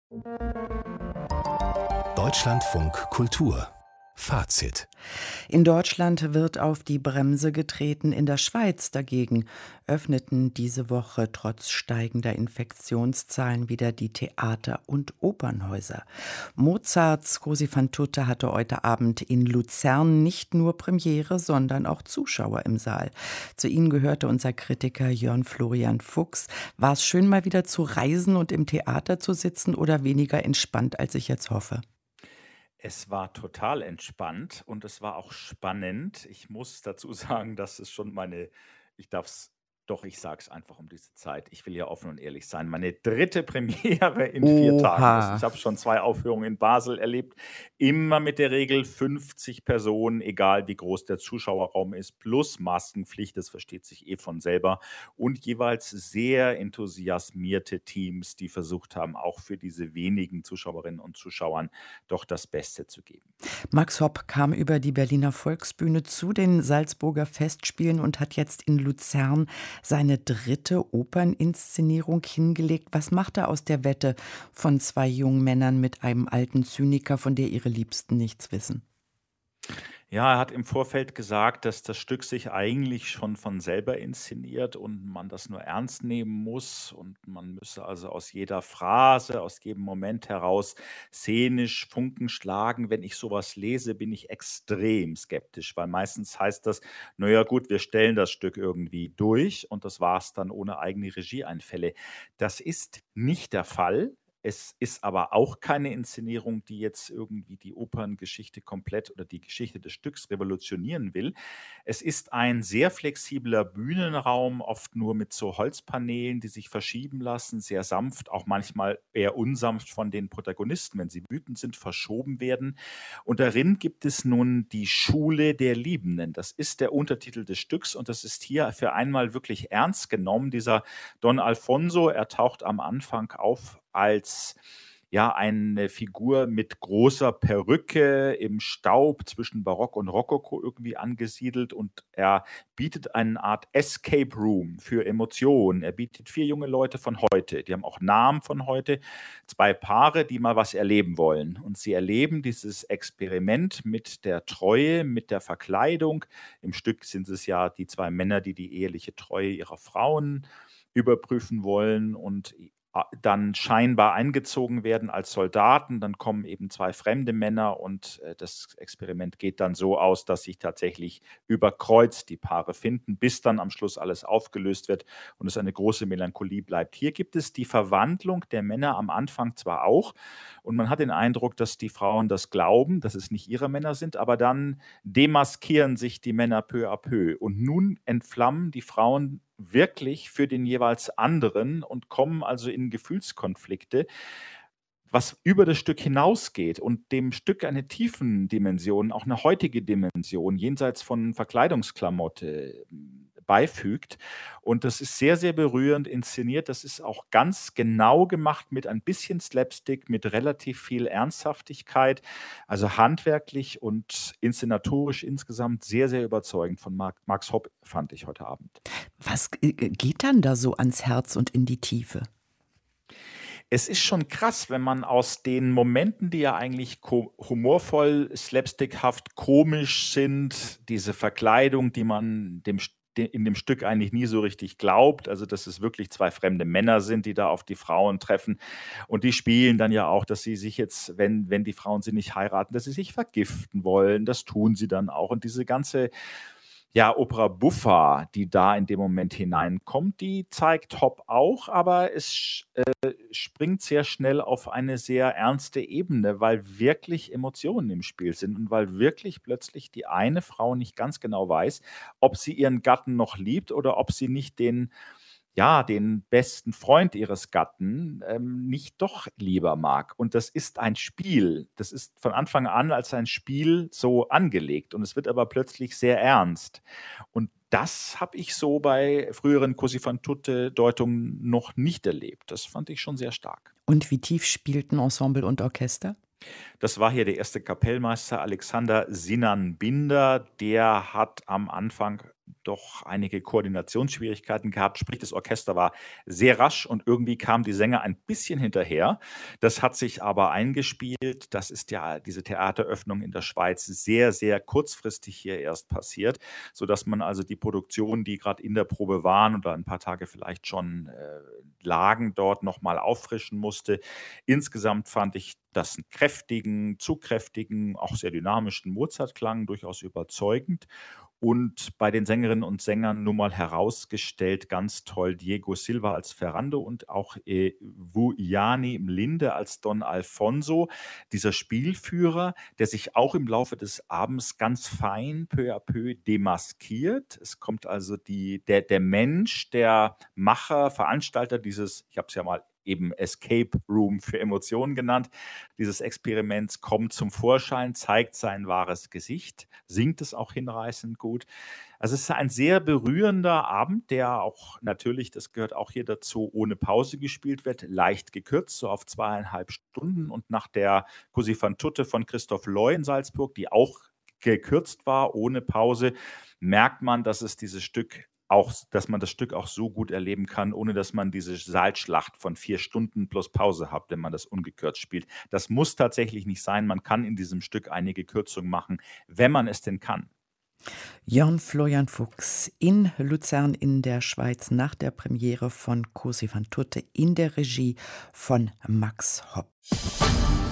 Deutschlandfunk Kultur Fazit. In Deutschland wird auf die Bremse getreten. In der Schweiz dagegen öffneten diese Woche trotz steigender Infektionszahlen wieder die Theater- und Opernhäuser. Mozarts Cosi fan tutte hatte heute Abend in Luzern nicht nur Premiere, sondern auch Zuschauer im Saal. Zu ihnen gehörte unser Kritiker Jörn Florian Fuchs. War es schön, mal wieder zu reisen und im Theater zu sitzen oder weniger entspannt, als ich jetzt hoffe? Es war total entspannt und es war auch spannend. Ich muss dazu sagen, dass es schon ich darf es, doch, ich sage es einfach um diese Zeit. Ich will ja offen und ehrlich sein. Meine dritte Premiere in 4 Tagen. Ich Oha. habe schon 2 Aufführungen in Basel erlebt. Immer mit der Regel 50 Personen, egal wie groß der Zuschauerraum ist, plus Maskenpflicht, das versteht sich eh von selber. Und jeweils sehr enthusiasmierte Teams, die versucht haben, auch für diese wenigen Zuschauerinnen und Zuschauern doch das Beste zu geben. Max Hopp kam über die Berliner Volksbühne zu den Salzburger Festspielen und hat jetzt in Luzern seine dritte Operninszenierung hingelegt. Was macht er aus der Wette von 2 jungen Männern mit einem alten Zyniker, von der ihre Liebsten nichts wissen? Ja, er hat im Vorfeld gesagt, dass das Stück sich eigentlich schon von selber inszeniert und man das nur ernst nehmen muss und man müsse also aus jeder Phrase, aus jedem Moment heraus szenisch Funken schlagen. Wenn ich sowas lese, bin ich extrem skeptisch, weil meistens heißt das, naja gut, wir stellen das Stück irgendwie durch und das war es dann ohne eigene Regieeinfälle. Das ist nicht der Fall. Es ist aber auch keine Inszenierung, die jetzt irgendwie die Operngeschichte komplett oder die Geschichte des Stücks revolutionieren will. Es ist ein sehr flexibler Bühnenraum, oft nur mit so Holzpaneelen, die sich verschieben lassen, sehr sanft, auch manchmal eher unsanft von den Protagonisten, wenn sie wütend sind, verschoben werden. Und darin gibt es nun die Schule der Liebenden. Das ist der Untertitel des Stücks und das ist hier für einmal wirklich ernst genommen. Dieser Don Alfonso, er taucht am Anfang auf als ja, eine Figur mit großer Perücke im Staub zwischen Barock und Rokoko irgendwie angesiedelt und er bietet eine Art Escape Room für Emotionen. Er bietet 4 junge Leute von heute, die haben auch Namen von heute, 2 Paare, die mal was erleben wollen. Und sie erleben dieses Experiment mit der Treue, mit der Verkleidung. Im Stück sind es ja die 2 Männer, die die eheliche Treue ihrer Frauen überprüfen wollen und dann scheinbar eingezogen werden als Soldaten. Dann kommen eben 2 fremde Männer und das Experiment geht dann so aus, dass sich tatsächlich über Kreuz die Paare finden, bis dann am Schluss alles aufgelöst wird und es eine große Melancholie bleibt. Hier gibt es die Verwandlung der Männer am Anfang zwar auch und man hat den Eindruck, dass die Frauen das glauben, dass es nicht ihre Männer sind, aber dann demaskieren sich die Männer peu à peu und nun entflammen die Frauen wirklich für den jeweils anderen und kommen also in Gefühlskonflikte, was über das Stück hinausgeht und dem Stück eine Tiefendimension, auch eine heutige Dimension, jenseits von Verkleidungsklamotte beifügt. Und das ist sehr, sehr berührend inszeniert. Das ist auch ganz genau gemacht mit ein bisschen Slapstick, mit relativ viel Ernsthaftigkeit. Also handwerklich und inszenatorisch insgesamt sehr, sehr überzeugend von Max Hopp, fand ich heute Abend. Was geht dann da so ans Herz und in die Tiefe? Es ist schon krass, wenn man aus den Momenten, die ja eigentlich humorvoll, slapstickhaft, komisch sind, diese Verkleidung, die man in dem Stück eigentlich nie so richtig glaubt, also dass es wirklich 2 fremde Männer sind, die da auf die Frauen treffen und die spielen dann ja auch, dass sie sich jetzt, wenn die Frauen sie nicht heiraten, dass sie sich vergiften wollen, das tun sie dann auch und diese ganze ja, Opera buffa, die da in dem Moment hineinkommt, die zeigt Hopp auch, aber es springt sehr schnell auf eine sehr ernste Ebene, weil wirklich Emotionen im Spiel sind und weil wirklich plötzlich die eine Frau nicht ganz genau weiß, ob sie ihren Gatten noch liebt oder ob sie nicht den besten Freund ihres Gatten nicht doch lieber mag. Und das ist ein Spiel. Das ist von Anfang an als ein Spiel so angelegt. Und es wird aber plötzlich sehr ernst. Und das habe ich so bei früheren Cosi fan tutte-Deutungen noch nicht erlebt. Das fand ich schon sehr stark. Und wie tief spielten Ensemble und Orchester? Das war hier der erste Kapellmeister Alexander Sinan Binder. Der hat am Anfang doch einige Koordinationsschwierigkeiten gehabt. Sprich, das Orchester war sehr rasch und irgendwie kamen die Sänger ein bisschen hinterher. Das hat sich aber eingespielt. Das ist ja diese Theateröffnung in der Schweiz sehr, sehr kurzfristig hier erst passiert, sodass man also die Produktionen, die gerade in der Probe waren oder ein paar Tage vielleicht schon lagen, dort nochmal auffrischen musste. Insgesamt fand ich das einen kräftigen, zugkräftigen, auch sehr dynamischen Mozartklang, durchaus überzeugend. Und bei den Sängerinnen und Sängern nun mal herausgestellt, ganz toll, Diego Silva als Ferrando und auch Vujani Mlinde als Don Alfonso, dieser Spielführer, der sich auch im Laufe des Abends ganz fein peu à peu demaskiert. Es kommt also der Mensch, der Macher, Veranstalter dieses, ich habe es ja mal eben Escape Room für Emotionen genannt, dieses Experiments kommt zum Vorschein, zeigt sein wahres Gesicht, singt es auch hinreißend gut. Also es ist ein sehr berührender Abend, der auch natürlich, das gehört auch hier dazu, ohne Pause gespielt wird, leicht gekürzt, so auf 2,5 Stunden. Und nach der Così fan tutte von Christoph Loy in Salzburg, die auch gekürzt war, ohne Pause, merkt man, dass man das Stück auch so gut erleben kann, ohne dass man diese Saalschlacht von 4 Stunden plus Pause hat, wenn man das ungekürzt spielt. Das muss tatsächlich nicht sein. Man kann in diesem Stück einige Kürzungen machen, wenn man es denn kann. Jörn Florian Fuchs in Luzern in der Schweiz nach der Premiere von Così fan tutte in der Regie von Max Hopp.